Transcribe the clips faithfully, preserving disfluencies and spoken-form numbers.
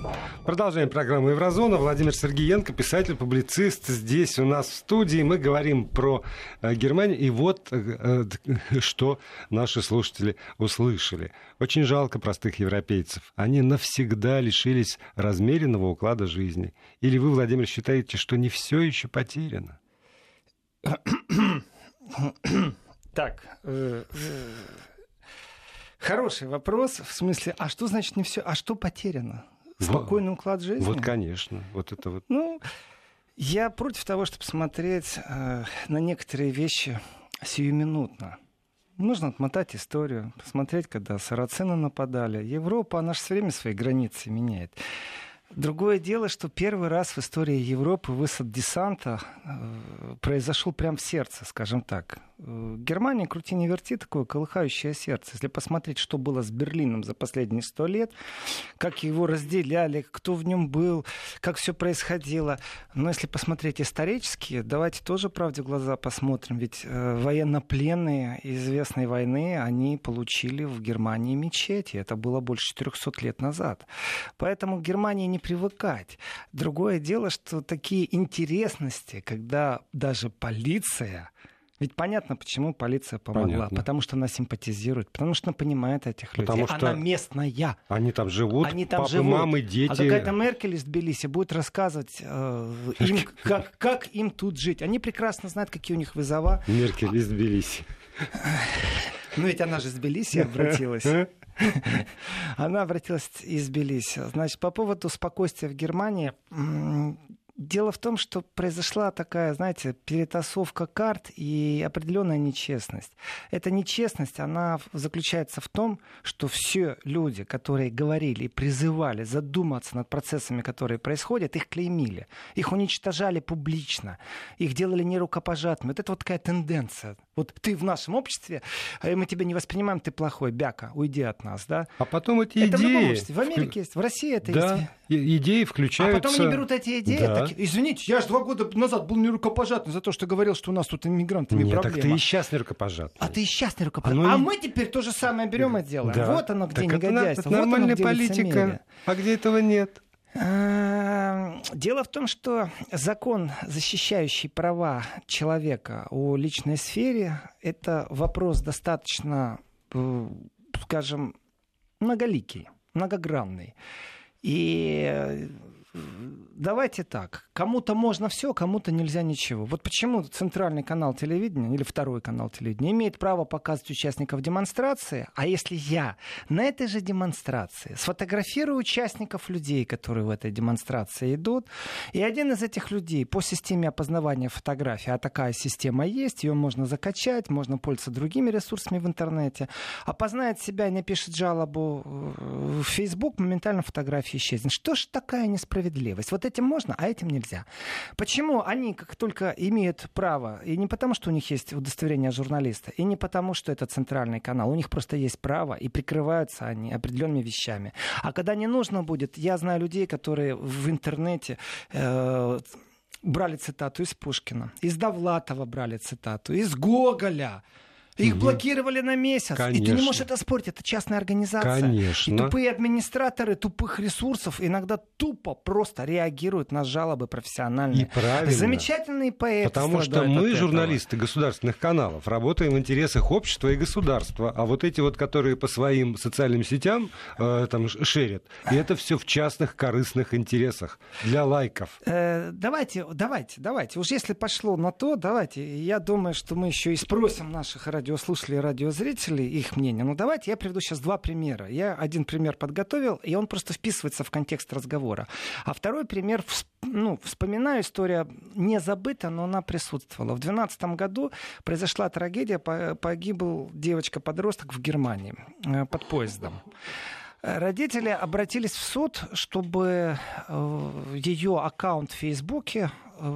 Продолжаем программу «Еврозона». Владимир Сергеенко, писатель, публицист, здесь у нас в студии. Мы говорим про э, Германию. И вот э, э, что наши слушатели услышали. Очень жалко простых европейцев. Они навсегда лишились размеренного уклада жизни. Или вы, Владимир, считаете, что не все еще потеряно? Так, э, э, хороший вопрос. В смысле, а что значит не все? А что потеряно? Спокойный вот, уклад жизни? Вот, конечно. Вот это вот. Ну, я против того, чтобы смотреть э, на некоторые вещи сиюминутно. Нужно отмотать историю, посмотреть, когда сарацины нападали. Европа, она же все время свои границы меняет. Другое дело, что первый раз в истории Европы высад десанта э, произошел прямо в сердце, скажем так. Э, Германия, крути не верти, такое колыхающее сердце. Если посмотреть, что было с Берлином за последние сто лет, как его разделяли, кто в нем был, как все происходило. Но если посмотреть исторически, давайте тоже правде в глаза посмотрим. Ведь э, военнопленные известной войны, они получили в Германии мечети. Это было больше четырехсот лет назад. Поэтому Германия не привыкать. Другое дело, что такие интересности, когда даже полиция... Ведь понятно, почему полиция помогла. Понятно. Потому что она симпатизирует, потому что она понимает этих потому людей. Что она местная. Они там живут, они там папы, живут. мамы, дети. А какая-то Меркель из Тбилиси будет рассказывать э, им, как, как им тут жить. Они прекрасно знают, какие у них вызова. Меркель из Тбилиси. Ну ведь она же из Тбилиси обратилась. Она обратилась из Тбилиси. Значит, по поводу спокойствия в Германии. Дело в том, что произошла такая, знаете, перетасовка карт и определенная нечестность. Эта нечестность, она заключается в том, что все люди, которые говорили и призывали задуматься над процессами, которые происходят, их клеймили, их уничтожали публично, их делали нерукопожатными. Вот это вот такая тенденция. Вот ты в нашем обществе, мы тебя не воспринимаем, ты плохой, бяка, уйди от нас, да? А потом эти это идеи... в любом обществе. В Америке есть, в России это да, есть. Идеи включаются... А потом они берут эти идеи, да. такие, извините, я же два года назад был нерукопожатный за то, что говорил, что у нас тут иммигрантами Нет, проблема. так ты и сейчас нерукопожатный. А ты и сейчас нерукопожатный. А, а и... мы теперь то же самое берем и делаем. Да. Вот оно где так негодяйство. Это, это вот нормальная оно, политика. лицемерие. А где этого нет? Дело в том, что закон, защищающий права человека о личной сфере, это вопрос достаточно, скажем, многоликий, многогранный. И давайте так, кому-то можно все, кому-то нельзя ничего. Вот почему центральный канал телевидения или второй канал телевидения имеет право показывать участников демонстрации, а если я на этой же демонстрации сфотографирую участников, людей, которые в этой демонстрации идут, и один из этих людей по системе опознавания фотографий, а такая система есть, ее можно закачать, можно пользоваться другими ресурсами в интернете, опознает себя и напишет жалобу в Facebook, моментально фотография исчезнет. Что ж такая несправедливость? Вот этим можно, а этим нельзя. Почему они как только имеют право, и не потому, что у них есть удостоверение журналиста, и не потому, что это центральный канал, у них просто есть право, и прикрываются они определенными вещами. А когда не нужно будет, я знаю людей, которые в интернете... Э- брали цитату из Пушкина, из Довлатова брали цитату, из Гоголя. Их угу. блокировали на месяц. Конечно. И ты не можешь это спорить. Это частная организация. Конечно. И тупые администраторы тупых ресурсов иногда тупо просто реагируют на жалобы профессиональные. И правильно. Замечательные поэты. Потому что мы, журналисты государственных каналов, работаем в интересах общества и государства. А вот эти вот, которые по своим социальным сетям э, там шерят, и это все в частных корыстных интересах. Для лайков. Э, давайте, давайте, давайте. Уж если пошло на то, давайте. Я думаю, что мы еще и спросим наших радиослушателей, радиозрителей, их мнение. Ну, давайте я приведу сейчас два примера. Я один пример подготовил, и он просто вписывается в контекст разговора. А второй пример, ну, вспоминаю, история не забыта, но она присутствовала. В две тысячи двенадцатом году произошла трагедия, погибла девочка-подросток в Германии под поездом. Родители обратились в суд, чтобы ее аккаунт в Фейсбуке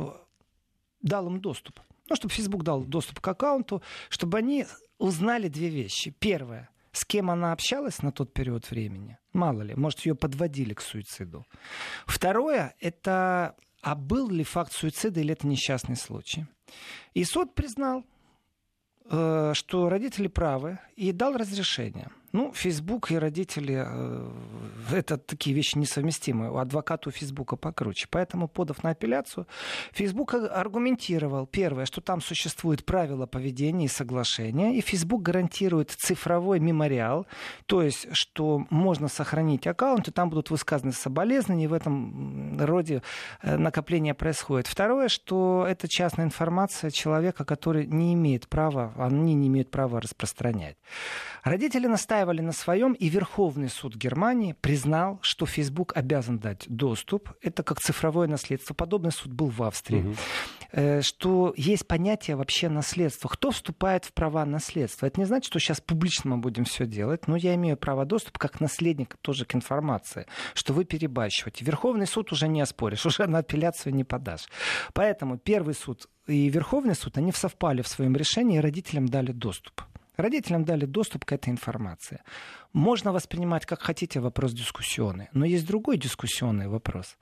дал им доступ. Ну, чтобы Facebook дал доступ к аккаунту, чтобы они узнали две вещи. Первое, с кем она общалась на тот период времени. Мало ли, может, ее подводили к суициду. Второе, это, а был ли факт суицида или это несчастный случай. И суд признал, что родители правы, и дал разрешение. Ну, Facebook и родители э, — это такие вещи несовместимые. У адвоката у Фейсбука покруче. Поэтому, подав на апелляцию, Facebook аргументировал, первое, что там существуют правила поведения и соглашения, и Facebook гарантирует цифровой мемориал, то есть, что можно сохранить аккаунт, и там будут высказаны соболезнования, и в этом роде накопление происходит. Второе, что это частная информация человека, который не имеет права, они не имеют права распространять. Родители настаивали на своем, и Верховный суд Германии признал, что Facebook обязан дать доступ. Это как цифровое наследство. Подобный суд был в Австрии. Угу. Что есть понятие вообще наследства. Кто вступает в права наследства? Это не значит, что сейчас публично мы будем все делать, но я имею право доступа как наследник тоже к информации, что вы перебарщиваете. Верховный суд уже не оспоришь, уже на апелляцию не подашь. Поэтому первый суд и Верховный суд, они совпали в своем решении, и родителям дали доступ. Родителям дали доступ к этой информации. Можно воспринимать как хотите вопрос дискуссионный, но есть другой дискуссионный вопрос.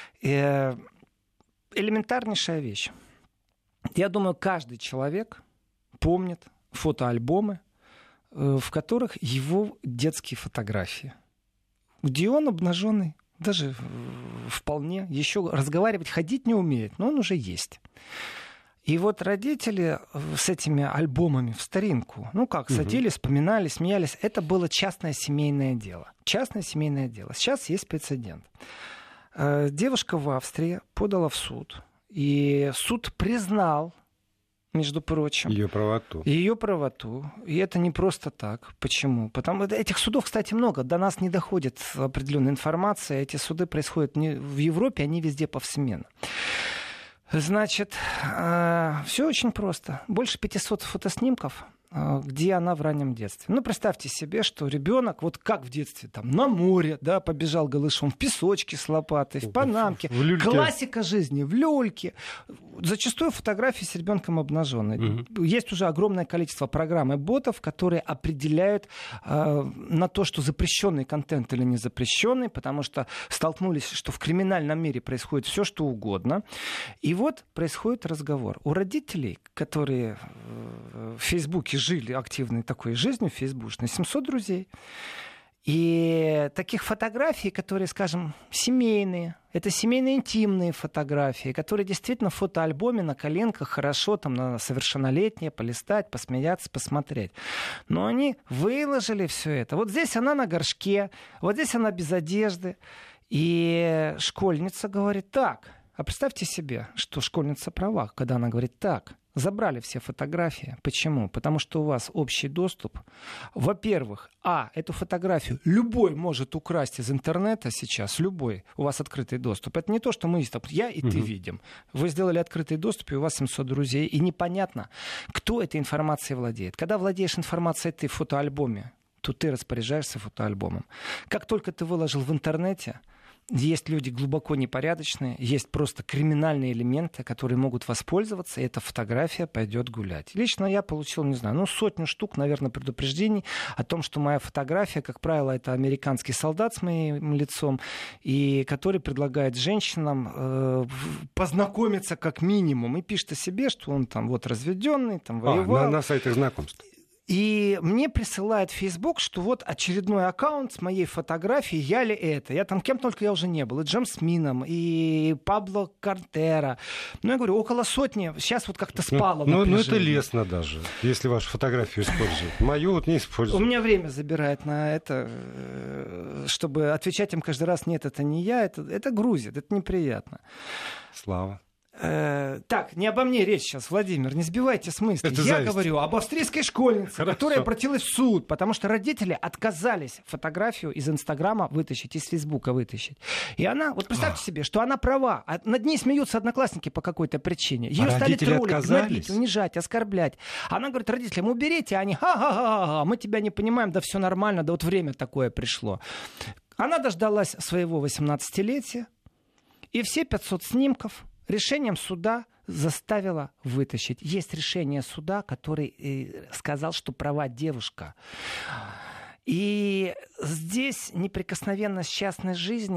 Элементарнейшая вещь. Я думаю, каждый человек помнит фотоальбомы, в которых его детские фотографии, где он обнаженный, даже вполне, еще разговаривать, ходить не умеет, но он уже есть. И вот родители с этими альбомами в старинку, ну как, садились, вспоминали, смеялись. Это было частное семейное дело. Частное семейное дело. Сейчас есть прецедент. Девушка в Австрии подала в суд. И суд признал, между прочим, ее правоту. Ее правоту. И это не просто так. Почему? Потому что этих судов, кстати, много. До нас не доходит определенная информация. Эти суды происходят не в Европе, они везде повсеместно. Значит, все очень просто. Больше пятисот фотоснимков, где она в раннем детстве. Ну, представьте себе, что ребенок, вот как в детстве, там, на море, да, побежал голышом, в песочке с лопатой, в панамке. В люльке. Классика жизни, в люльке. Зачастую фотографии с ребенком обнаженной. Угу. Есть уже огромное количество программ и ботов, которые определяют э, на то, что запрещенный контент или не запрещенный, потому что столкнулись, что в криминальном мире происходит все, что угодно. И вот происходит разговор. У родителей, которые в Фейсбуке жили активной такой жизнью фейсбучной, семьсот друзей. И таких фотографий, которые, скажем, семейные, это семейные интимные фотографии, которые действительно в фотоальбоме на коленках хорошо там на совершеннолетние полистать, посмеяться, посмотреть. Но они выложили все это. Вот здесь она на горшке, вот здесь она без одежды. И школьница говорит так. А представьте себе, что школьница права, когда она говорит так. Забрали все фотографии. Почему? Потому что у вас общий доступ. Во-первых, а, эту фотографию любой может украсть из интернета сейчас, любой. У вас открытый доступ. Это не то, что мы я и ты угу. видим. Вы сделали открытый доступ, и у вас семьсот друзей. И непонятно, кто этой информацией владеет. Когда владеешь информацией ты в фотоальбоме, то ты распоряжаешься фотоальбомом. Как только ты выложил в интернете, есть люди глубоко непорядочные, есть просто криминальные элементы, которые могут воспользоваться, и эта фотография пойдет гулять. Лично я получил, не знаю, ну, сотню штук, наверное, предупреждений о том, что моя фотография, как правило, это американский солдат с моим лицом, и который предлагает женщинам э, познакомиться как минимум, и пишет о себе, что он там вот разведенный, там воевал. А, на, на сайтах знакомств. И мне присылает Facebook, что вот очередной аккаунт с моей фотографией, я ли это. Я там кем только я уже не был. И Джеймс Мином, и Пабло Картера. Ну, я говорю, около сотни. Сейчас вот как-то спало ну, напряжение. Ну, это лестно даже, если вашу фотографию используют. Мою вот не используют. У меня время забирает на это, чтобы отвечать им каждый раз, нет, это не я, это, это грузит, это неприятно. Слава. Так, не обо мне речь сейчас, Владимир, не сбивайте с мысли. Это Я зависть. говорю об австрийской школьнице, Хорошо. которая обратилась в суд, потому что родители отказались фотографию из Инстаграма вытащить, из Фейсбука вытащить. И она, вот представьте а. себе, что она права, а над ней смеются одноклассники по какой-то причине. Ее а стали троллить, отказались? гнобить, унижать, оскорблять. Она говорит родителям, уберите, а они, ха-ха-ха, мы тебя не понимаем, да все нормально, да вот время такое пришло. Она дождалась своего восемнадцатилетия, и все пятьсот снимков решением суда заставила вытащить. Есть решение суда, который э, сказал, что права девушка. И здесь неприкосновенность частной жизни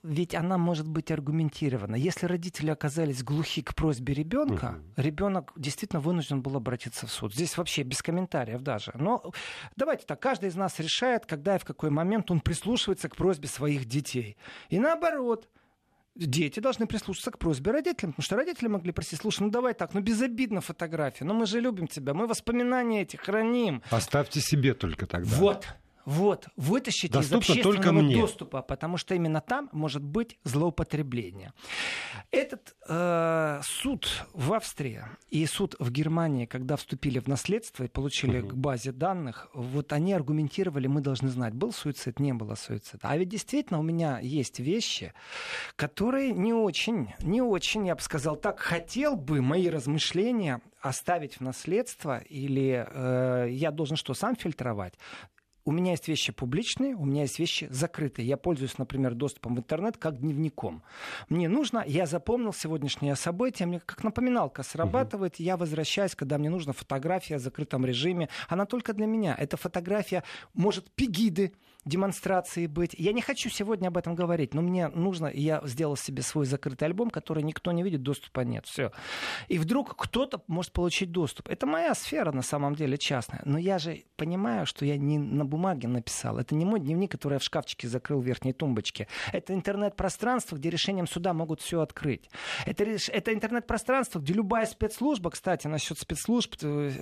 ведь она может быть аргументирована. Если родители оказались глухи к просьбе ребенка, угу. ребенок действительно вынужден был обратиться в суд. Здесь вообще без комментариев даже. Но давайте так, каждый из нас решает, когда и в какой момент он прислушивается к просьбе своих детей. И наоборот. Дети должны прислушаться к просьбе родителям, потому что родители могли просить: слушай, ну давай так, ну безобидно фотография, ну мы же любим тебя, мы воспоминания эти храним. Оставьте себе только тогда. Вот. Вот, вытащите Доступно из общественного только доступа, потому что именно там может быть злоупотребление. Этот э, суд в Австрии и суд в Германии, когда вступили в наследство и получили uh-huh. к базе данных, вот они аргументировали: мы должны знать, был суицид, не было суицида. А ведь действительно у меня есть вещи, которые не очень, не очень, я бы сказал так, хотел бы мои размышления оставить в наследство, или э, я должен что, сам фильтровать? У меня есть вещи публичные, у меня есть вещи закрытые. Я пользуюсь, например, доступом в интернет как дневником. Мне нужно, я запомнил сегодняшнее событие, мне как напоминалка срабатывает, угу. я возвращаюсь, когда мне нужна фотография в закрытом режиме. Она только для меня. Эта фотография может пегиды демонстрации быть. Я не хочу сегодня об этом говорить, но мне нужно, я сделал себе свой закрытый альбом, который никто не видит, доступа нет. Все. И вдруг кто-то может получить доступ. Это моя сфера, на самом деле, частная. Но я же понимаю, что я не на бумаге написал. Это не мой дневник, который я в шкафчике закрыл в верхней тумбочке. Это интернет-пространство, где решением суда могут все открыть. Это, это интернет-пространство, где любая спецслужба, кстати, насчет спецслужб,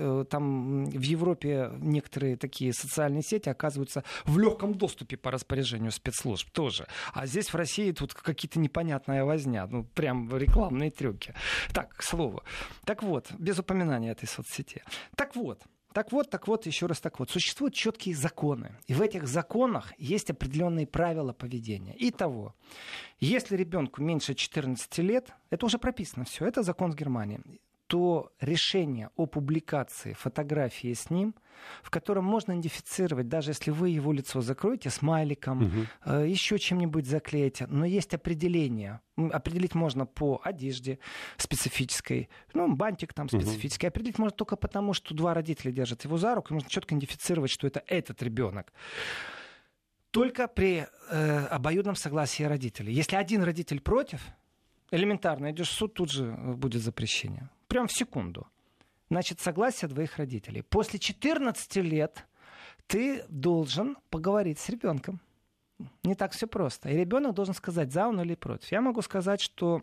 там в Европе некоторые такие социальные сети оказываются в легком доступе по распоряжению спецслужб тоже. А здесь в России тут какие-то непонятная возня. Ну, прям рекламные трюки. Так, к слову. Так вот, без упоминания этой соцсети. Так вот, Так вот, так вот, еще раз так вот. Существуют четкие законы. И в этих законах есть определенные правила поведения. Итого, если ребенку меньше четырнадцати лет, это уже прописано все, это закон в Германии, то решение о публикации фотографии с ним, в котором можно идентифицировать, даже если вы его лицо закроете смайликом, угу. э, еще чем-нибудь заклеите, но есть определение. Определить можно по одежде специфической, ну, бантик там специфический. Угу. Определить можно только потому, что два родителя держат его за руку, и можно четко идентифицировать, что это этот ребенок. Только при э, обоюдном согласии родителей. Если один родитель против, элементарно, идешь в суд, тут же будет запрещение. Прям в секунду. Значит, согласие двоих родителей. После четырнадцати лет ты должен поговорить с ребенком. Не так все просто. И ребенок должен сказать, за он или против. Я могу сказать, что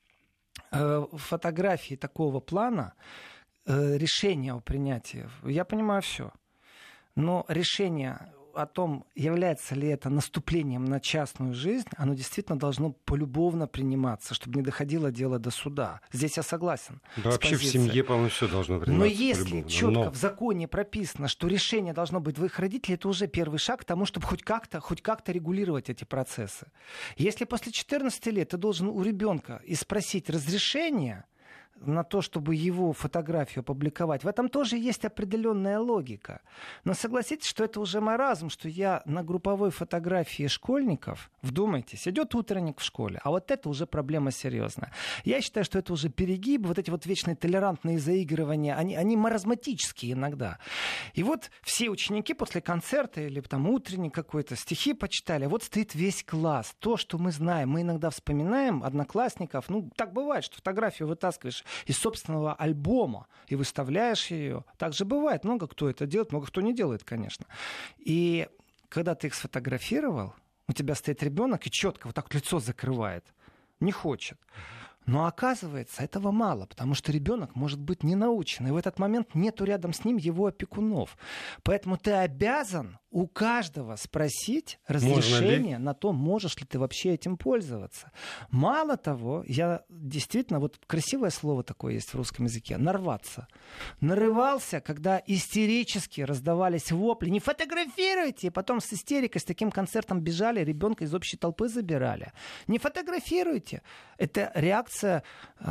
э, фотографии такого плана, э, решение о принятии, я понимаю все. Но решение о том, является ли это наступлением на частную жизнь, оно действительно должно полюбовно приниматься, чтобы не доходило дело до суда. Здесь я согласен. Да, вообще в семье, по-моему, все должно приниматься. Но если полюбовно. четко Но... в законе прописано, что решение должно быть двоих родителей, это уже первый шаг к тому, чтобы хоть как-то, хоть как-то регулировать эти процессы. Если после четырнадцати лет ты должен у ребенка и спросить разрешение на то, чтобы его фотографию опубликовать, в этом тоже есть определенная логика. Но согласитесь, что это уже маразм, что я на групповой фотографии школьников, вдумайтесь, идет утренник в школе, а вот это уже проблема серьезная. Я считаю, что это уже перегиб, вот эти вот вечные толерантные заигрывания, они, они маразматические иногда. И вот все ученики после концерта или там утренник какой-то, стихи почитали, вот стоит весь класс. То, что мы знаем, мы иногда вспоминаем одноклассников, ну, так бывает, что фотографию вытаскиваешь из собственного альбома и выставляешь ее. Так же бывает. Много кто это делает, много кто не делает, конечно. И когда ты их сфотографировал, у тебя стоит ребенок и четко вот так вот лицо закрывает. Не хочет. Но оказывается, этого мало, потому что ребенок может быть не научен, и в этот момент нету рядом с ним его опекунов. Поэтому ты обязан у каждого спросить разрешение на то, можешь ли ты вообще этим пользоваться. Мало того, я действительно, вот красивое слово такое есть в русском языке, нарваться. Нарывался, когда истерически раздавались вопли, не фотографируйте, и потом с истерикой, с таким концертом бежали, ребенка из общей толпы забирали. Не фотографируйте. Это реакция э,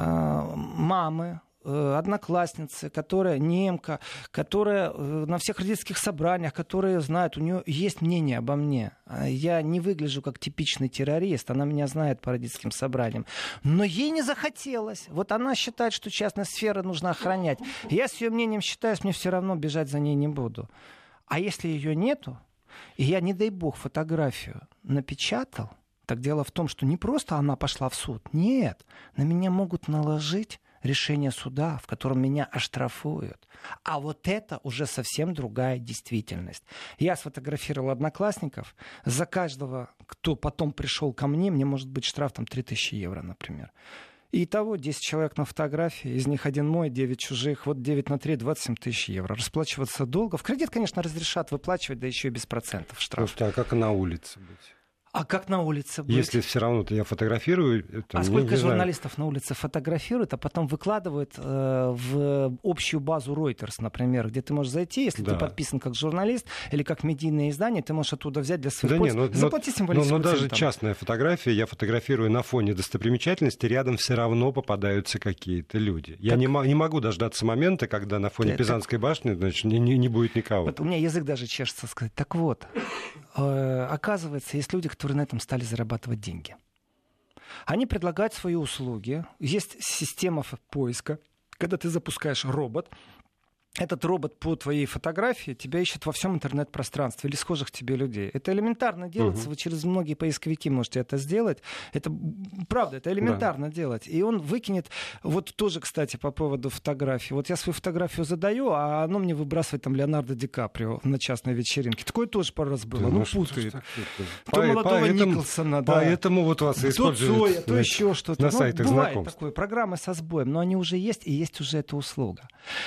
мамы, одноклассницы, которая немка, которая на всех родительских собраниях, которые знают, у нее есть мнение обо мне. Я не выгляжу как типичный террорист, она меня знает по родительским собраниям. Но ей не захотелось. Вот она считает, что частная сфера нужно охранять. Я с ее мнением считаюсь, мне все равно бежать за ней не буду. А если ее нету, и я, не дай бог, фотографию напечатал, Так дело в том, что не просто она пошла в суд. Нет, на меня могут наложить решение суда, в котором меня оштрафуют. А вот это уже совсем другая действительность. Я сфотографировал одноклассников. За каждого, кто потом пришел ко мне, мне может быть штраф там три тысячи евро, например. И итого десять человек на фотографии, из них один мой, девять чужих. Вот девять на три, двадцать семь тысяч евро. Расплачиваться долго. В кредит, конечно, разрешат выплачивать, да еще и без процентов штраф. Слушайте, а как на улице быть? А как на улице быть? Если все равно-то я фотографирую... Это, а сколько не журналистов знаю. на улице фотографируют, а потом выкладывают э, в общую базу Reuters, например, где ты можешь зайти, если да. ты подписан как журналист или как медийное издание, ты можешь оттуда взять для своих да пользователей. Не, но, заплати символическую но, но даже цену, частная фотография, я фотографирую на фоне достопримечательности, рядом все равно попадаются какие-то люди. Я не, не могу дождаться момента, когда на фоне да, Пизанской так... башни значит, не, не, не будет никого. Вот у меня язык даже чешется сказать. Так вот, э, оказывается, есть люди, которые на этом стали зарабатывать зарабатывать деньги. Они предлагают свои услуги. Есть система поиска. Когда ты запускаешь робот, этот робот по твоей фотографии тебя ищет во всем интернет-пространстве или схожих тебе людей. Это элементарно делается. Uh-huh. Вы через многие поисковики можете это сделать. Это правда, это элементарно да. делать. И он выкинет... Вот тоже, кстати, по поводу фотографии. Вот я свою фотографию задаю, а оно мне выбрасывает там Леонардо Ди Каприо на частной вечеринке. Такое тоже пару раз было. Да, ну, путает. То по, молодого поэтому, Николсона, да. Поэтому вот вас используют то Цоя, то еще что-то. На ну, сайтах бывает знакомств. Такое. Программы со сбоем. Но они уже есть, и есть уже эта услуга.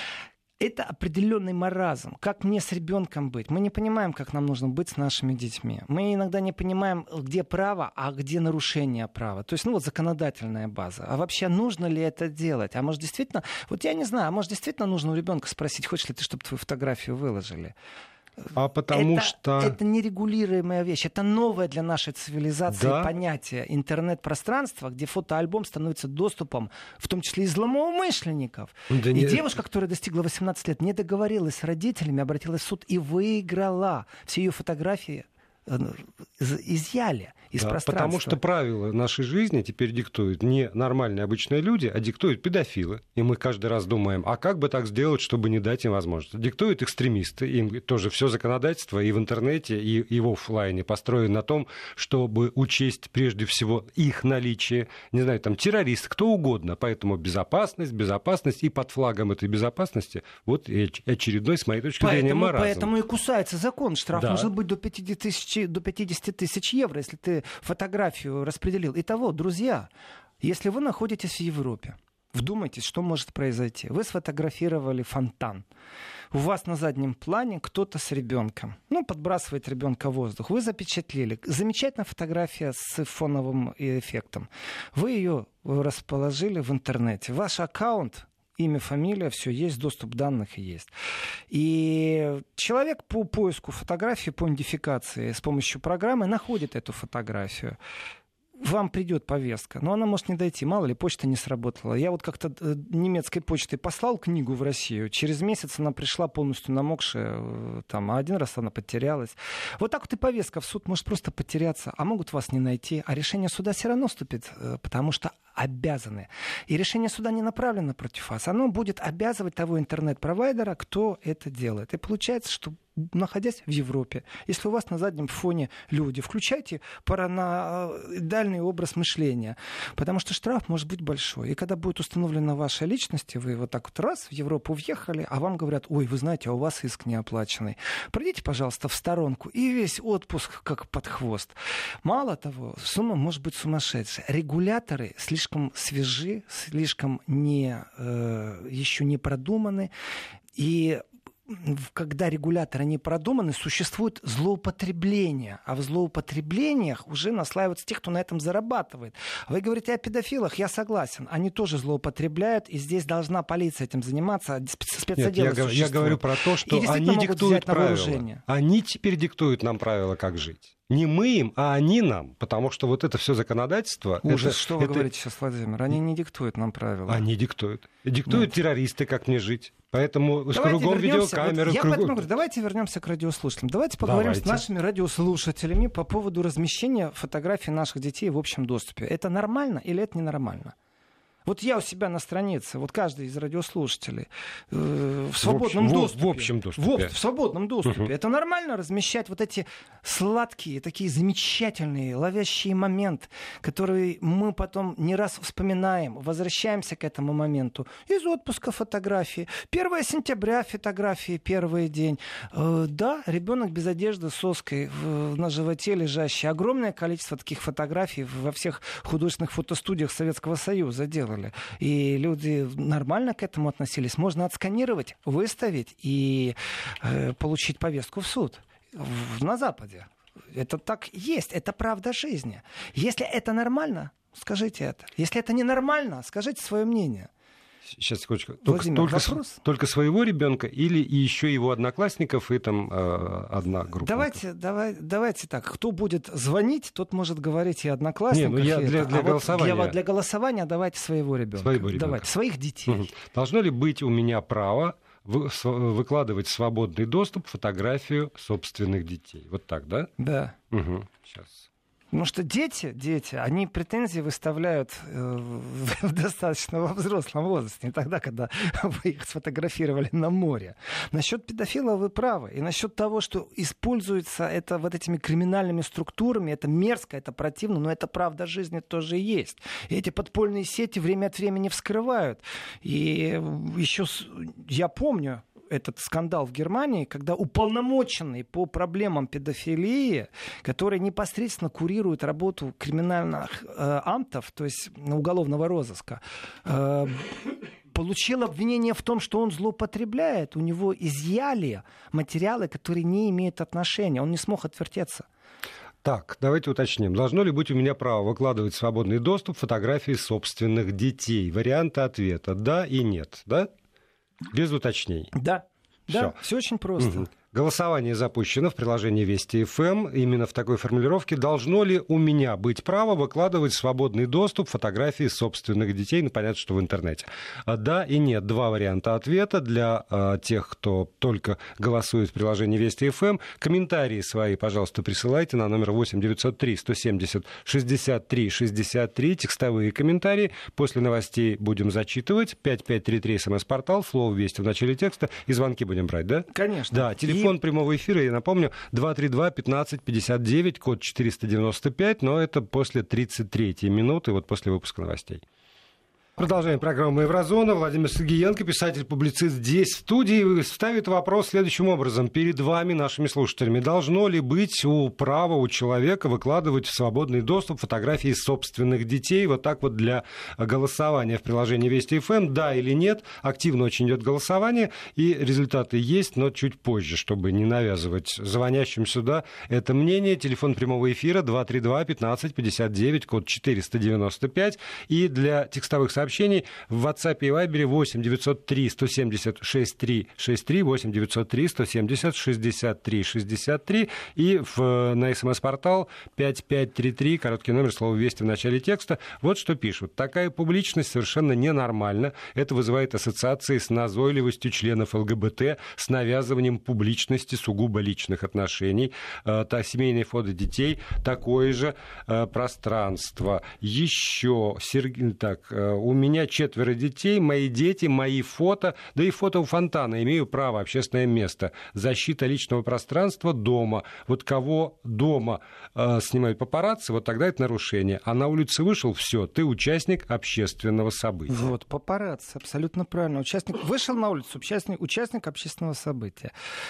Это определенный маразм. Как мне с ребенком быть? Мы не понимаем, как нам нужно быть с нашими детьми. Мы иногда не понимаем, где право, а где нарушение права. То есть, ну вот законодательная база. А вообще нужно ли это делать? А может действительно, вот я не знаю, а может действительно нужно у ребенка спросить, хочешь ли ты, чтобы твою фотографию выложили? А потому это, что... это нерегулируемая вещь. Это новое для нашей цивилизации да? понятие интернет-пространства, где фотоальбом становится доступом, в том числе и злоумышленников. Да и не... девушка, которая достигла восемнадцати лет, не договорилась с родителями, обратилась в суд и выиграла. Все ее фотографии изъяли из да, пространства. Потому что правила нашей жизни теперь диктуют не нормальные обычные люди, а диктуют педофилы. И мы каждый раз думаем, а как бы так сделать, чтобы не дать им возможность. Диктуют экстремисты. Им тоже все законодательство и в интернете, и, и в офлайне построено на том, чтобы учесть прежде всего их наличие. Не знаю, там террорист, кто угодно. Поэтому безопасность, безопасность. И под флагом этой безопасности вот очередной, с моей точки поэтому, зрения, маразм. Поэтому и кусается закон. Штраф да. может быть до пятидесяти тысяч до пятидесяти тысяч евро, если ты фотографию распределил. Итого, друзья, если вы находитесь в Европе, вдумайтесь, что может произойти. Вы сфотографировали фонтан. У вас на заднем плане кто-то с ребенком. Ну, подбрасывает ребенка в воздух. Вы запечатлели. Замечательная фотография с фоновым эффектом. Вы ее расположили в интернете. Ваш аккаунт, имя, фамилия, все есть, доступ данных есть. И человек по поиску фотографии, по идентификации с помощью программы находит эту фотографию. Вам придет повестка, но она может не дойти. Мало ли, почта не сработала. Я вот как-то немецкой почтой послал книгу в Россию. Через месяц она пришла полностью намокшая, там, а один раз она потерялась. Вот так вот и повестка в суд может просто потеряться, а могут вас не найти. А решение суда все равно вступит, потому что обязаны. И решение суда не направлено против вас. Оно будет обязывать того интернет-провайдера, кто это делает. И получается, что находясь в Европе, если у вас на заднем фоне люди, включайте параноидальный образ мышления, потому что штраф может быть большой. И когда будет установлена ваша личность, вы вот так вот раз в Европу въехали, а вам говорят, ой, вы знаете, а у вас иск не оплаченный. Пройдите, пожалуйста, в сторонку, и весь отпуск как под хвост. Мало того, сумма может быть сумасшедшая. Регуляторы слишком свежи, слишком не, э, еще не продуманы, и когда регуляторы не продуманы, существует злоупотребление. А в злоупотреблениях уже наслаиваются те, кто на этом зарабатывает. Вы говорите о педофилах, я согласен. Они тоже злоупотребляют, и здесь должна полиция этим заниматься. Спецотделы Нет, я, я говорю про то, что они диктуют правила. Они теперь диктуют нам правила, как жить. Не мы им, а они нам. Потому что вот это все законодательство... Ужас, это, что вы это... говорите сейчас, Владимир? Они не диктуют нам правила. Они диктуют. Диктуют Нет. террористы, как мне жить. Поэтому давайте с кругом вернемся. видеокамеры... Вот я кругом... поэтому говорю, давайте вернемся к радиослушателям. Давайте поговорим давайте. с нашими радиослушателями по поводу размещения фотографий наших детей в общем доступе. Это нормально или это ненормально? Вот я у себя на странице, вот каждый из радиослушателей э, в свободном в общем, доступе. В, в общем доступе. В, в свободном доступе. Uh-huh. Это нормально размещать вот эти сладкие, такие замечательные, ловящие момент, которые мы потом не раз вспоминаем, возвращаемся к этому моменту. Из отпуска фотографии. первое сентября фотографии, первый день. Э, да, ребенок без одежды, с соской в, на животе лежащий. Огромное количество таких фотографий во всех художественных фотостудиях Советского Союза делали. И люди нормально к этому относились. Можно отсканировать, выставить и э, получить повестку в суд в, на Западе. Это так есть, это правда жизни. Если это нормально, скажите это. Если это ненормально, скажите свое мнение. Сейчас, секундочку. Только, Владимир, только, только своего ребенка или и еще его одноклассников, и там э, одна группа? Давайте, давай, давайте так. Кто будет звонить, тот может говорить и одноклассников. Не, ну я и для, это. для а голосования. Вот для, для голосования давайте своего ребенка. Своего ребенка. Давайте, своих детей. Угу. Должно ли быть у меня право вы, с, выкладывать в свободный доступ фотографию собственных детей? Вот так, да? Да. Угу. Сейчас. Потому что дети, дети, они претензии выставляют э, в достаточно во взрослом возрасте, не тогда, когда вы их сфотографировали на море. Насчет педофилов вы правы. И насчет того, что используется это вот этими криминальными структурами, это мерзко, это противно, но это правда жизни тоже есть. И эти подпольные сети время от времени вскрывают. И еще я помню этот скандал в Германии, когда уполномоченный по проблемам педофилии, который непосредственно курирует работу криминальных э, амтов, то есть уголовного розыска, э, получил обвинение в том, что он злоупотребляет. У него изъяли материалы, которые не имеют отношения. Он не смог отвертеться. Так, давайте уточним. Должно ли быть у меня право выкладывать в свободный доступ фотографии собственных детей? Варианты ответа «да» и «нет». Да? Без уточнений. Да, Всё. да, все очень просто. Угу. Голосование запущено в приложении Вести эф эм. Именно в такой формулировке. Должно ли у меня быть право выкладывать в свободный доступ фотографии собственных детей? Ну, понятно, что в интернете. Да и нет. Два варианта ответа для а, тех, кто только голосует в приложении Вести эф эм. Комментарии свои, пожалуйста, присылайте на номер восемь девятьсот три сто семьдесят шестьдесят три шестьдесят три. Текстовые комментарии. После новостей будем зачитывать. пять пять три три смс-портал. Слово «Вести» в начале текста. И звонки будем брать, да? Конечно. Да, телефон. Телефон прямого эфира, я напомню, два три два пятнадцать пятьдесят девять, код четыреста девяносто пять, но это после тридцать третьей минуты, вот после выпуска новостей. Продолжаем программу «Еврозона». Владимир Сергеенко, писатель-публицист, здесь в студии, ставит вопрос следующим образом. Перед вами, нашими слушателями, должно ли быть у права у человека выкладывать в свободный доступ фотографии собственных детей? Вот так вот для голосования в приложении Вести эф эм. Да или нет? Активно очень идет голосование, и результаты есть, но чуть позже, чтобы не навязывать звонящим сюда это мнение. Телефон прямого эфира два три два пятнадцать пятьдесят девять, код четыреста девяносто пять. И для текстовых сообщений сообщений в WhatsApp и Viber восемь девятьсот три сто семьдесят шестьдесят три шестьдесят три, восемь девятьсот три сто семьдесят шестьдесят три шестьдесят три и в, на смс-портал пять пять три три, короткий номер, слово «Вести» в начале текста. Вот что пишут. Такая публичность совершенно ненормальна. Это вызывает ассоциации с назойливостью членов эл гэ бэ тэ, с навязыванием публичности сугубо личных отношений. Э, та, семейные фото детей, такое же э, пространство. Еще, Сергей, так, э, у меня четверо детей, мои дети, мои фото, да и фото у фонтана, имею право, общественное место, защита личного пространства дома. Вот кого дома э, снимают папарацци, вот тогда это нарушение. А на улице вышел, все, ты участник общественного события. Вот, папарацци, абсолютно правильно. Участник вышел на улицу, участник, участник общественного события.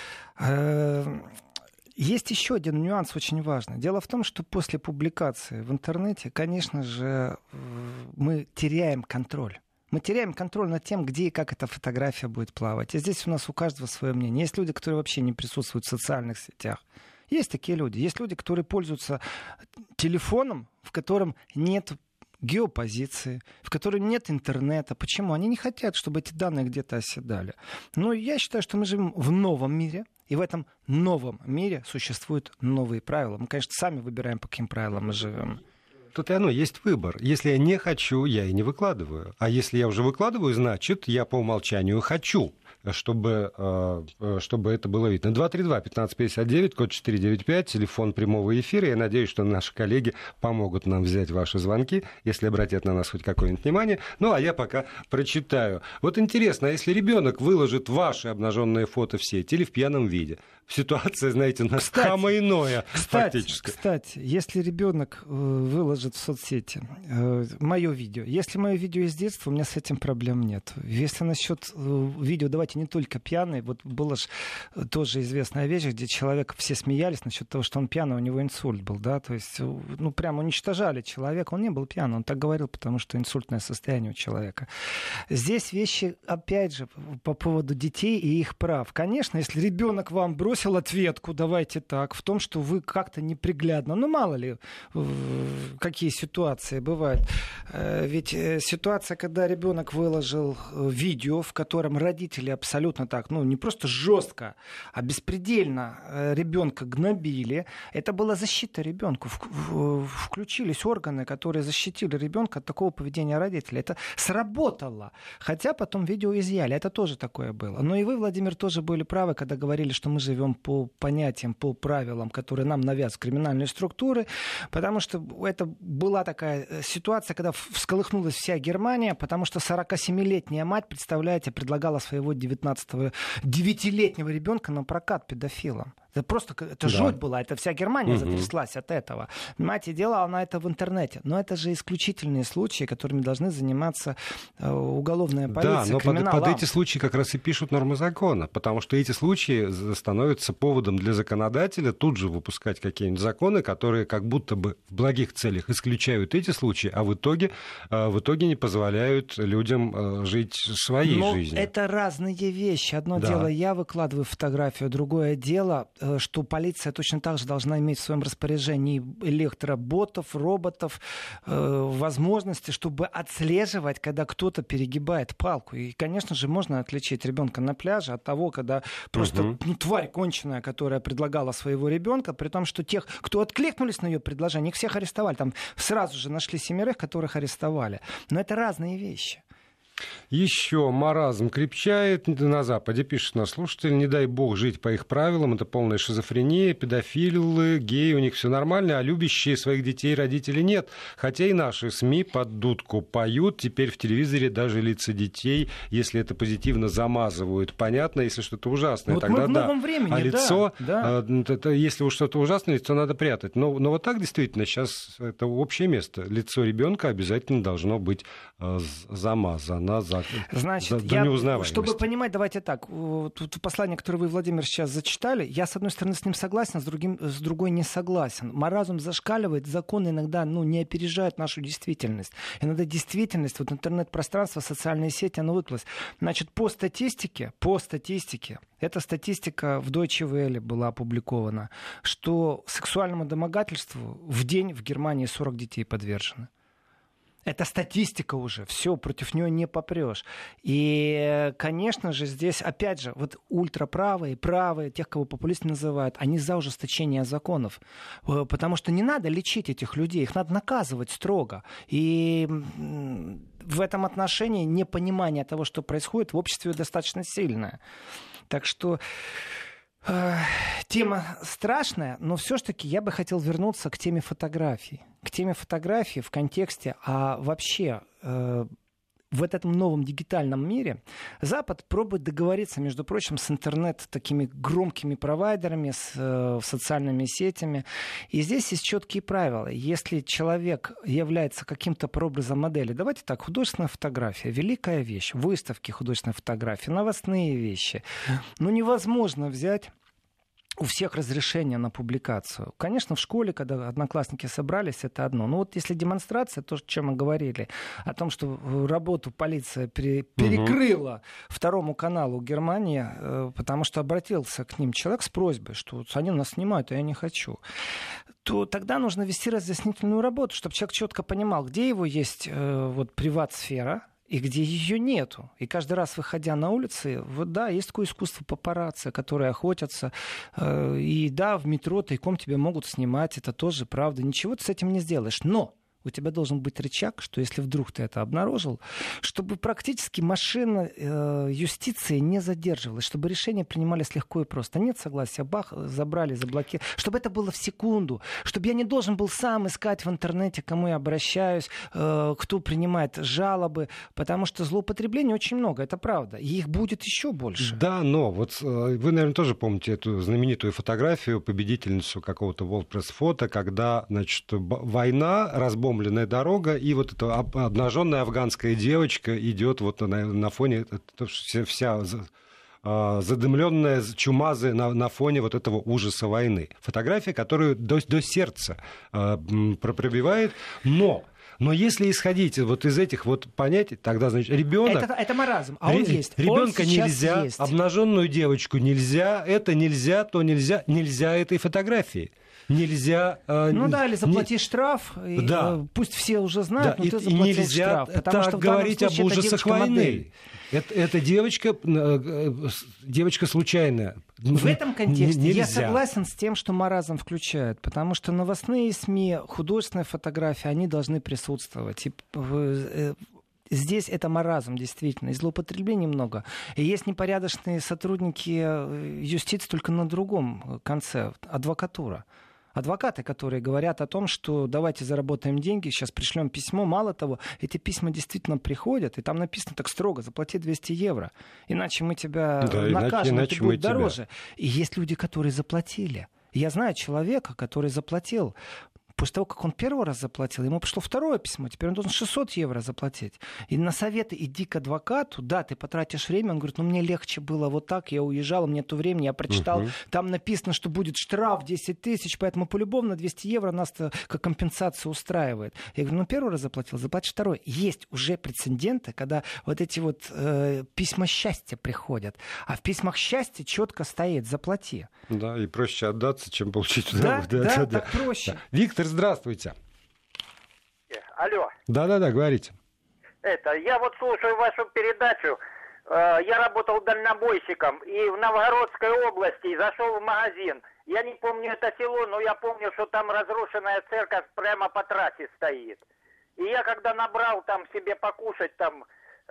Есть еще один нюанс очень важный. Дело в том, что после публикации в интернете, конечно же, мы теряем контроль. Мы теряем контроль над тем, где и как эта фотография будет плавать. И здесь у нас у каждого свое мнение. Есть люди, которые вообще не присутствуют в социальных сетях. Есть такие люди. Есть люди, которые пользуются телефоном, в котором нет геопозиции, в которой нет интернета. Почему? Они не хотят, чтобы эти данные где-то оседали. Но я считаю, что мы живем в новом мире, и в этом новом мире существуют новые правила. Мы, конечно, сами выбираем, по каким правилам мы живем. Тут и оно, есть выбор. Если я не хочу, я и не выкладываю. А если я уже выкладываю, значит, я по умолчанию хочу. чтобы, чтобы это было видно. два три два пятнадцать пятьдесят девять, код четыреста девяносто пять, телефон прямого эфира. Я надеюсь, что наши коллеги помогут нам взять ваши звонки, если обратят на нас хоть какое-нибудь внимание. Ну, а я пока прочитаю. Вот интересно, а если ребенок выложит ваши обнаженные фото в сеть или в пьяном виде? Ситуация, знаете, на самое иное, кстати, фактически. Кстати, если ребенок выложит в соцсети э, мое видео, если мое видео из детства, у меня с этим проблем нет. Если насчет э, видео, давайте не только пьяный, вот была же тоже известная вещь, где человек, все смеялись насчет того, что он пьяный, у него инсульт был, да, то есть, ну, прям уничтожали человека, он не был пьяный, он так говорил, потому что инсультное состояние у человека. Здесь вещи, опять же, по поводу детей и их прав. Конечно, если ребенок вам бросил ответку, давайте так, в том, что вы как-то неприглядно, ну, мало ли, какие ситуации бывают. Ведь ситуация, когда ребенок выложил видео, в котором родители абсолютно так, ну, не просто жестко, а беспредельно ребенка гнобили, это была защита ребенку. Включились органы, которые защитили ребенка от такого поведения родителей. Это сработало. Хотя потом видео изъяли. Это тоже такое было. Но и вы, Владимир, тоже были правы, когда говорили, что мы живем по понятиям, по правилам, которые нам навязывают криминальные структуры, потому что это была такая ситуация, когда всколыхнулась вся Германия, потому что сорокасемилетняя мать, представляете, предлагала своего девятнадцатого, девятилетнего ребенка на прокат педофилам. Это просто это да. жуть была, это вся Германия угу. затряслась от этого. Мать и делала она это в интернете. Но это же исключительные случаи, которыми должны заниматься э, уголовная полиция, да, но криминал. Под, под эти случаи как раз и пишут нормы закона, потому что эти случаи становятся поводом для законодателя тут же выпускать какие-нибудь законы, которые как будто бы в благих целях исключают эти случаи, а в итоге, э, в итоге не позволяют людям э, жить своей но жизнью. Это разные вещи. Одно да. дело, я выкладываю фотографию, другое дело, что полиция точно так же должна иметь в своем распоряжении электроботов, роботов, э, возможности, чтобы отслеживать, когда кто-то перегибает палку. И, конечно же, можно отличить ребенка на пляже от того, когда просто угу. ну, тварь конченая, которая предлагала своего ребенка, при том, что тех, кто откликнулись на ее предложение, их всех арестовали. Там сразу же нашли семерых, которых арестовали. Но это разные вещи. Еще маразм крепчает на Западе, пишет наш слушатель. Не дай бог жить по их правилам. Это полная шизофрения, педофилы, геи, у них все нормально, а любящие своих детей родители нет. Хотя и наши СМИ под дудку поют. Теперь в телевизоре даже лица детей, если это позитивно, замазывают. Понятно, если что-то ужасное, вот тогда мы в новом да. времени, а лицо, да, да. если уж что-то ужасное, лицо надо прятать. Но, но вот так действительно сейчас это общее место. Лицо ребенка обязательно должно быть замазано. За, Значит, за, я, чтобы понимать, давайте так, тут послание, которое вы, Владимир, сейчас зачитали, я, с одной стороны, с ним согласен, с, другим, с другой не согласен. Маразм зашкаливает, законы иногда ну, не опережают нашу действительность. Иногда действительность, вот интернет-пространство, социальные сети, оно выплылось. Значит, по статистике, по статистике, эта статистика в Deutsche Welle была опубликована, что сексуальному домогательству в день в Германии сорок детей подвержены. Это статистика уже, все, против нее не попрешь. И, конечно же, здесь, опять же, вот ультраправые, правые, тех, кого популисты называют, они за ужесточение законов. Потому что не надо лечить этих людей, их надо наказывать строго. И в этом отношении непонимание того, что происходит, в обществе достаточно сильное. Так что... Тема страшная, но все-таки я бы хотел вернуться к теме фотографий. К теме фотографий в контексте, а вообще э, в этом новом дигитальном мире Запад пробует договориться, между прочим, с интернет такими громкими провайдерами, с э, социальными сетями. И здесь есть четкие правила. Если человек является каким-то прообразом модели, давайте так, художественная фотография, великая вещь, выставки художественной фотографии, новостные вещи. Но невозможно взять у всех разрешение на публикацию. Конечно, в школе, когда одноклассники собрались, это одно. Но вот если демонстрация, то, о чем мы говорили, о том, что работу полиция пере- перекрыла угу. второму каналу Германии, потому что обратился к ним человек с просьбой, что они нас снимают, а я не хочу, то тогда нужно вести разъяснительную работу, чтобы человек четко понимал, где его есть вот, приват-сфера, и где ее нету. И каждый раз, выходя на улицы, вот да, есть такое искусство папарацци, которые охотятся. И да, в метро тайком тебя могут снимать, это тоже правда. Ничего ты с этим не сделаешь. Но у тебя должен быть рычаг, что если вдруг ты это обнаружил, чтобы практически машина э, юстиции не задерживалась, чтобы решения принимались легко и просто. Нет согласия, бах, забрали, заблокировали. Чтобы это было в секунду. Чтобы я не должен был сам искать в интернете, к кому я обращаюсь, э, кто принимает жалобы, потому что злоупотреблений очень много, это правда. И их будет еще больше. Да, но вот э, вы, наверное, тоже помните эту знаменитую фотографию, победительницу какого-то World Press фото, когда, значит, война, разбомбленная дорога, и вот эта обнаженная афганская девочка идет вот на, на фоне, вся, вся задымленная, чумазая на, на фоне вот этого ужаса войны. Фотография, которую до, до сердца пробивает, но... Но если исходить вот из этих вот понятий, тогда, значит, ребенок... Это, это маразм, а он ре- есть. Ребенка он нельзя, есть. Обнаженную девочку нельзя, это нельзя, то нельзя, нельзя этой фотографии. Нельзя... Э, ну да, или заплати не... штраф, и, да. э, пусть все уже знают, да. но и, ты заплатил и нельзя штраф. Потому так что говорить об ужасах войны. Это, это девочка, девочка случайная. В этом контексте Нельзя. Я согласен с тем, что маразм включает, потому что новостные СМИ, художественные фотографии, они должны присутствовать. И здесь это маразм, действительно, и злоупотреблений много. И есть непорядочные сотрудники юстиции только на другом конце, адвокатура. Адвокаты, которые говорят о том, что давайте заработаем деньги, сейчас пришлем письмо. Мало того, эти письма действительно приходят, и там написано так строго: заплати двести евро, иначе мы тебя да, накажем, иначе, это будет тебя... дороже. И есть люди, которые заплатили. Я знаю человека, который заплатил. После того, как он первый раз заплатил, ему пришло второе письмо, теперь он должен шестьсот евро заплатить. И на советы иди к адвокату, да, ты потратишь время, он говорит, ну мне легче было вот так, я уезжал, мне нету времени, я прочитал, uh-huh. там написано, что будет штраф десять тысяч, поэтому по-любому на двести евро нас как компенсацию устраивает. Я говорю, ну первый раз заплатил, заплатишь второй. Есть уже прецеденты, когда вот эти вот э, письма счастья приходят, а в письмах счастья четко стоит заплати. Да, и проще отдаться, чем получить да, удовольствие. Да, да, да, да, так проще. Да. Виктор, здравствуйте. Алло. Да-да-да, говорите. Это, я вот слушаю вашу передачу. Я работал дальнобойщиком и в Новгородской области зашел в магазин. Я не помню это село, но я помню, что там разрушенная церковь прямо по трассе стоит. И я когда набрал там себе покушать, там,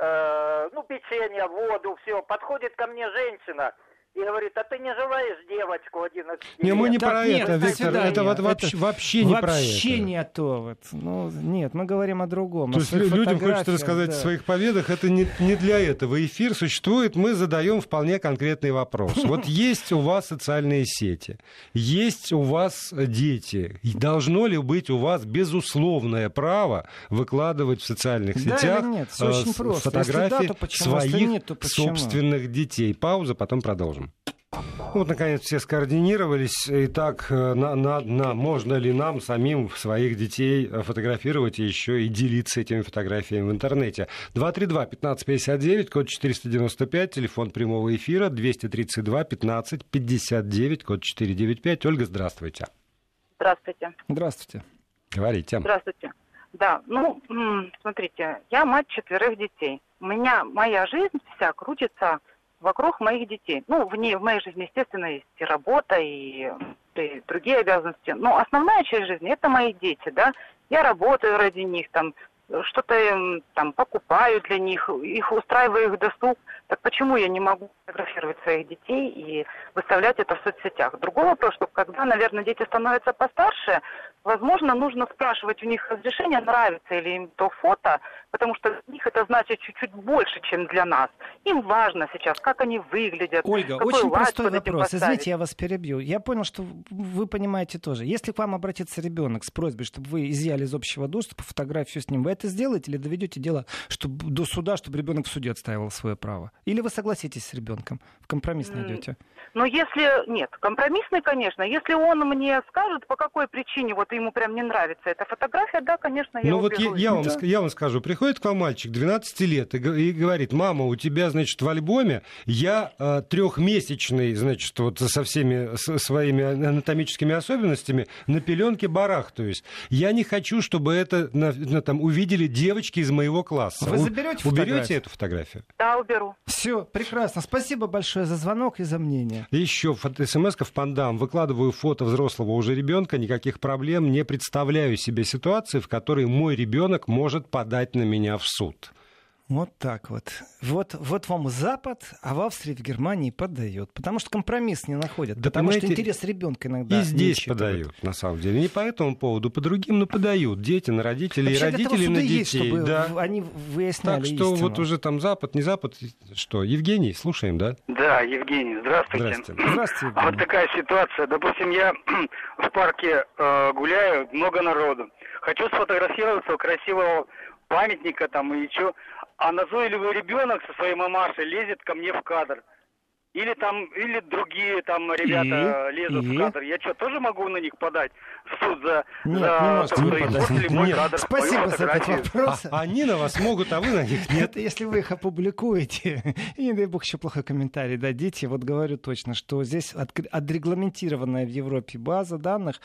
э, ну, печенье, воду, все, подходит ко мне женщина и говорит, а ты не желаешь девочку одиннадцати лет? Не, мы не так, про нет, это, кстати, Виктор, да, это нет, вот вообще, это вообще не про это. Вообще не то. Вот. Ну, нет, мы говорим о другом. То есть людям хочется рассказать да. о своих победах, это не, не для этого. Эфир существует, мы задаем вполне конкретный вопрос. Вот есть у вас социальные сети, есть у вас дети. Должно ли быть у вас безусловное право выкладывать в социальных да сетях нет, все очень просто. фотографии да, своих нет, собственных детей? Пауза, потом продолжим. Вот, наконец, все скоординировались. Итак, на, на, на, можно ли нам самим своих детей фотографировать и еще и делиться этими фотографиями в интернете? два три два пятнадцать пятьдесят девять, код четыреста девяносто пять, телефон прямого эфира, двести тридцать два пятнадцать пятьдесят девять, код четыреста девяносто пять. Ольга, здравствуйте. Здравствуйте. Здравствуйте. Говорите. Здравствуйте. Да, ну, смотрите, я мать четверых детей. У меня моя жизнь вся крутится вокруг моих детей. Ну, в ней, в моей жизни, естественно, есть и работа, и, и другие обязанности. Но основная часть жизни – это мои дети, да. Я работаю ради них, там, что-то там покупаю для них, их устраиваю их досуг. Так почему я не могу фотографировать своих детей и выставлять это в соцсетях? Другой вопрос, что когда, наверное, дети становятся постарше, возможно, нужно спрашивать у них разрешение, нравится ли им то фото, потому что для них это значит чуть-чуть больше, чем для нас. Им важно сейчас, как они выглядят. Ольга, очень простой вопрос. Извините, я вас перебью. Я понял, что вы понимаете тоже. Если к вам обратится ребенок с просьбой, чтобы вы изъяли из общего доступа фотографию с ним, вы это сделаете или доведете дело чтобы, до суда, чтобы ребенок в суде отстаивал свое право? Или вы согласитесь с ребенком? В компромисс найдете? Ну, если... Нет, компромиссный, конечно. Если он мне скажет, по какой причине вот ему прям не нравится эта фотография, да, конечно, я ну, уберу. Вот я, я, вам, да. я вам скажу, приходит приходит к вам мальчик двенадцати лет и, и говорит: мама, у тебя, значит, в альбоме я э, трехмесячный, значит, вот со всеми со своими анатомическими особенностями на пеленке барахтаюсь. Я не хочу, чтобы это на, на, там, увидели девочки из моего класса. Вы заберете У, фотографию? Уберете эту фотографию? Да, уберу. Все, прекрасно. Спасибо большое за звонок и за мнение. Еще смс-ка в Пандам. Выкладываю фото взрослого уже ребенка, никаких проблем. Не представляю себе ситуации, в которой мой ребенок может подать на меня в суд. Вот так вот. Вот, вот вам Запад, а в Австрии, в Германии подают. Потому что компромисс не находят. Да, потому что понимаете, интерес ребенка иногда и здесь не подают, на самом деле. Не по этому поводу, по другим, но подают. Дети на родителей, Вообще, и родители для того на суды детей. есть, чтобы да. они выясняли Так что истину. вот уже там Запад, не Запад. Что, Евгений, слушаем, да? Да, Евгений, здравствуйте. Здравствуйте. Здравствуйте, А вот Евгений. такая ситуация. Допустим, я в парке э, гуляю, много народу. Хочу сфотографироваться у красивого памятника там и что. А назойливый ребенок со своей мамашей лезет ко мне в кадр. Или там, или другие там ребята И? лезут И? в кадр. Я что, тоже могу на них подать в суд за, Нет, за не можете то, не что подать. испортили мой Нет. кадр, Спасибо мою за этот фотографию? вопрос. А, они на вас могут, а вы на них нет. Это если вы их опубликуете, и, не дай бог, еще плохой комментарий дадите. Вот говорю точно, что здесь от- отрегламентированная в Европе база данных,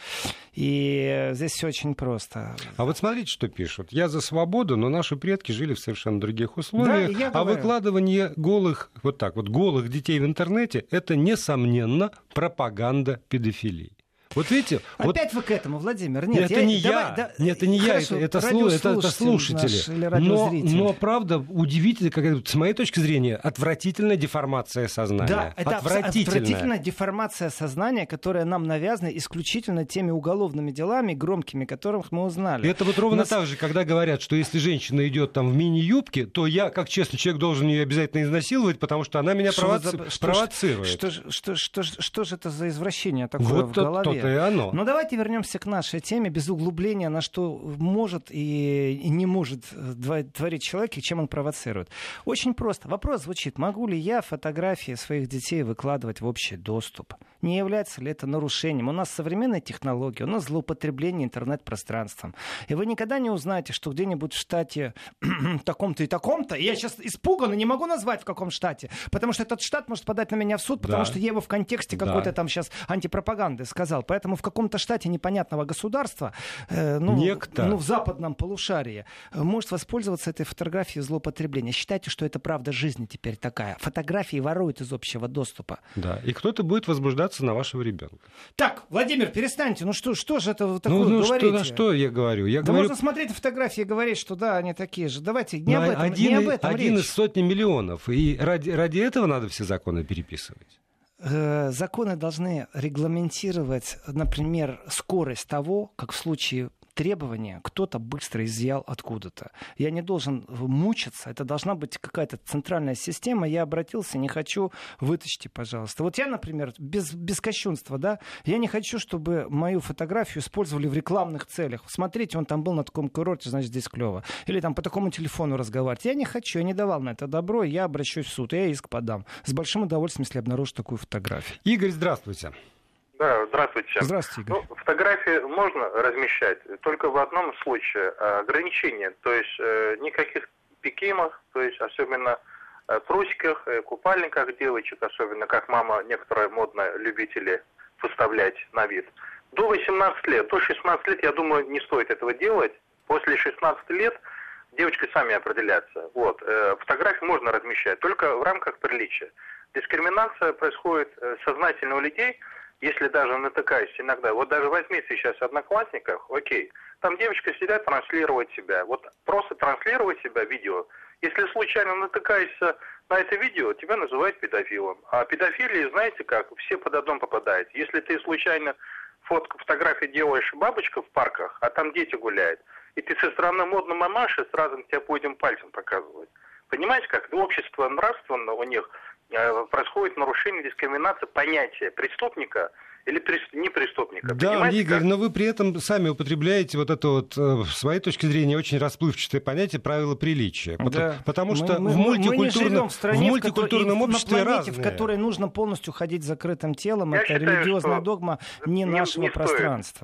и здесь все очень просто. А вот смотрите, что пишут. Я за свободу, но наши предки жили в совершенно других условиях. Да, и я а говорю. выкладывание голых, вот так вот, голых детей в интернете, это, несомненно, пропаганда педофилии. Вот видите, вот Опять вы к этому, Владимир? Нет, это не давай, я, да, нет, это не я, хорошо, это, это, слу- это, это слушатели. наш или Но, радиозритель. но правда удивительно, как, с моей точки зрения, отвратительная деформация сознания. Да, это абс- отвратительная. отвратительная деформация сознания, которая нам навязана исключительно теми уголовными делами громкими, которых мы узнали. Это вот ровно Нас- так же, когда говорят, что если женщина идет там в мини-юбке, то я, как честный человек, должен ее обязательно изнасиловать, потому что она меня Что вы провоци- за- что ж- провоцирует. Что, ж- что, ж- что, ж- что же это за извращение такое Вот в то- голове? то-то и оно. Но давайте вернемся к нашей теме без углубления, на что может и, и не может два- творить человек и чем он провоцирует. Очень просто. Вопрос звучит: могу ли я фотографии своих детей выкладывать в общий доступ? Не является ли это нарушением? У нас современные технологии, у нас злоупотребление интернет-пространством. И вы никогда не узнаете, что где-нибудь в штате таком-то и таком-то, и я сейчас испуган и не могу назвать, в каком штате, потому что этот штат может подать на меня в суд, потому Да. что я его в контексте Да. какой-то там сейчас антипропаганды сказал. Поэтому в каком-то штате непонятного государства, э, ну, Некто. ну, в западном полушарии, э, может воспользоваться этой фотографией злоупотребления. Считайте, что это правда жизни теперь такая. Фотографии воруют из общего доступа. Да. И кто-то будет возбуждаться на вашего ребенка. Так, Владимир, перестаньте. Ну что, что же это вы такое Ну, ну говорите? что, на что я говорю? Я Да говорю, можно смотреть фотографии и говорить, что да, они такие же. Давайте не ну, об этом, один, не об этом один речь. из сотни миллионов. И ради, ради этого надо все законы переписывать. Э, Законы должны регламентировать, например, скорость того, как в случае требования кто-то быстро изъял откуда-то. Я не должен мучиться, это должна быть какая-то центральная система. Я обратился, не хочу, вытащите, пожалуйста. Вот я, например, без, без кощунства, да, я не хочу, чтобы мою фотографию использовали в рекламных целях. Смотрите, он там был на таком курорте, значит, здесь клево. Или там по такому телефону разговаривать. Я не хочу, я не давал на это добро, я обращусь в суд, я иск подам. С большим удовольствием, если обнаружу такую фотографию. Игорь, здравствуйте. Да, здравствуйте. Здравствуйте, Игорь. Ну, фотографии можно размещать, только в одном случае э, ограничения, то есть э, никаких пикимов, то есть особенно э, трусиках, э, купальниках девочек, особенно как мама некоторые модные любители выставлять на вид. До восемнадцати лет, до шестнадцати лет, я думаю, не стоит этого делать. После шестнадцати лет девочки сами определятся. Вот. Э, фотографии можно размещать, только в рамках приличия. Дискриминация происходит э, сознательно у людей, если даже натыкаюсь иногда. Вот даже возьмите сейчас одноклассников, окей, там девочка сидят, транслировать себя. Вот просто транслировать себя видео. Если случайно натыкаешься на это видео, тебя называют педофилом. А педофилии, знаете как, все под одном попадают. Если ты случайно фотку, фотографии делаешь бабочка в парках, а там дети гуляют, и ты со стороны модной мамаши сразу к тебе будем пальцем показывать. Понимаете, как общество нравственно у них происходит нарушение, дискриминация понятия преступника или не преступника. Да, Понимаете, Игорь, как? но вы при этом сами употребляете вот это вот, с своей точки зрения, очень расплывчатое понятие правила приличия. Потому, Да. потому Мы- что мы, в мы не мультикультурном, живем в стране, в мультикультурном в которой, обществе на планете, разные. в которой нужно полностью ходить с закрытым телом. Я это считаю, религиозная что догма не, не- нашего не стоит. пространства.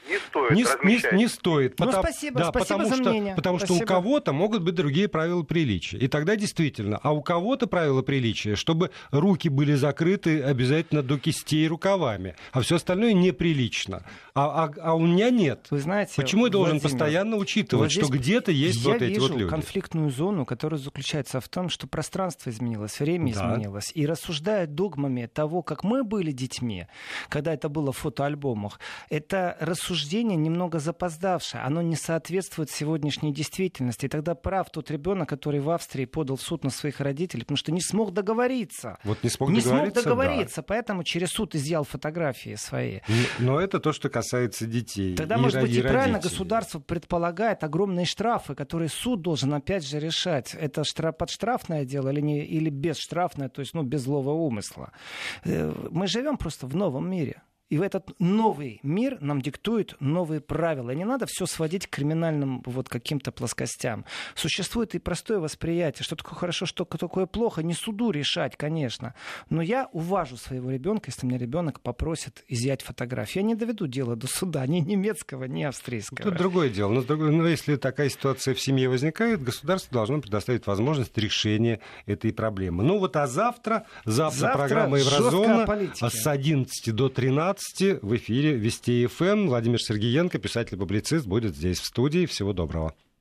Не стоит не, размещать. Не, не стоит. Ну, потому, спасибо, да, спасибо потому за что, мнение. Потому Спасибо. что у кого-то могут быть другие правила приличия. И тогда действительно. А у кого-то правила приличия, чтобы руки были закрыты обязательно до кистей рукавами. А все остальное неприлично. А, а, а у меня нет. Вы знаете, почему я должен Владимир, постоянно учитывать, вот что где-то есть я вот эти вот вижу люди? конфликтную зону, которая заключается в том, что пространство изменилось, время Да. изменилось. И рассуждая догмами того, как мы были детьми, когда это было в фотоальбомах, это рассуждение немного запоздавшее. Оно не соответствует сегодняшней действительности. И тогда прав тот ребенок, который в Австрии подал в суд на своих родителей, потому что не смог договориться. Вот не смог не договориться, смог договориться, да. поэтому через суд изъял фотографии свои. Но это то, что касается детей. Тогда, и может быть, и правильно родителей. государство предполагает огромные штрафы, которые суд должен опять же решать. Это штраф, подштрафное дело или, не, или бесштрафное, то есть ну, без злого умысла. Мы живем просто в новом мире. И в этот новый мир нам диктуют новые правила. И не надо все сводить к криминальным вот каким-то плоскостям. Существует и простое восприятие, что такое хорошо, что такое плохо. Не суду решать, конечно. Но я уважу своего ребенка, если мне ребенок попросит изъять фотографию. Я не доведу дело до суда, ни немецкого, ни австрийского. Тут другое дело. Но, но если такая ситуация в семье возникает, государство должно предоставить возможность решения этой проблемы. Ну вот, а завтра, завтра, завтра программа «Еврозона» политика. с одиннадцати до тринадцати в эфире Вести эф эм. Владимир Сергеенко, писатель-публицист, будет здесь в студии. Всего доброго.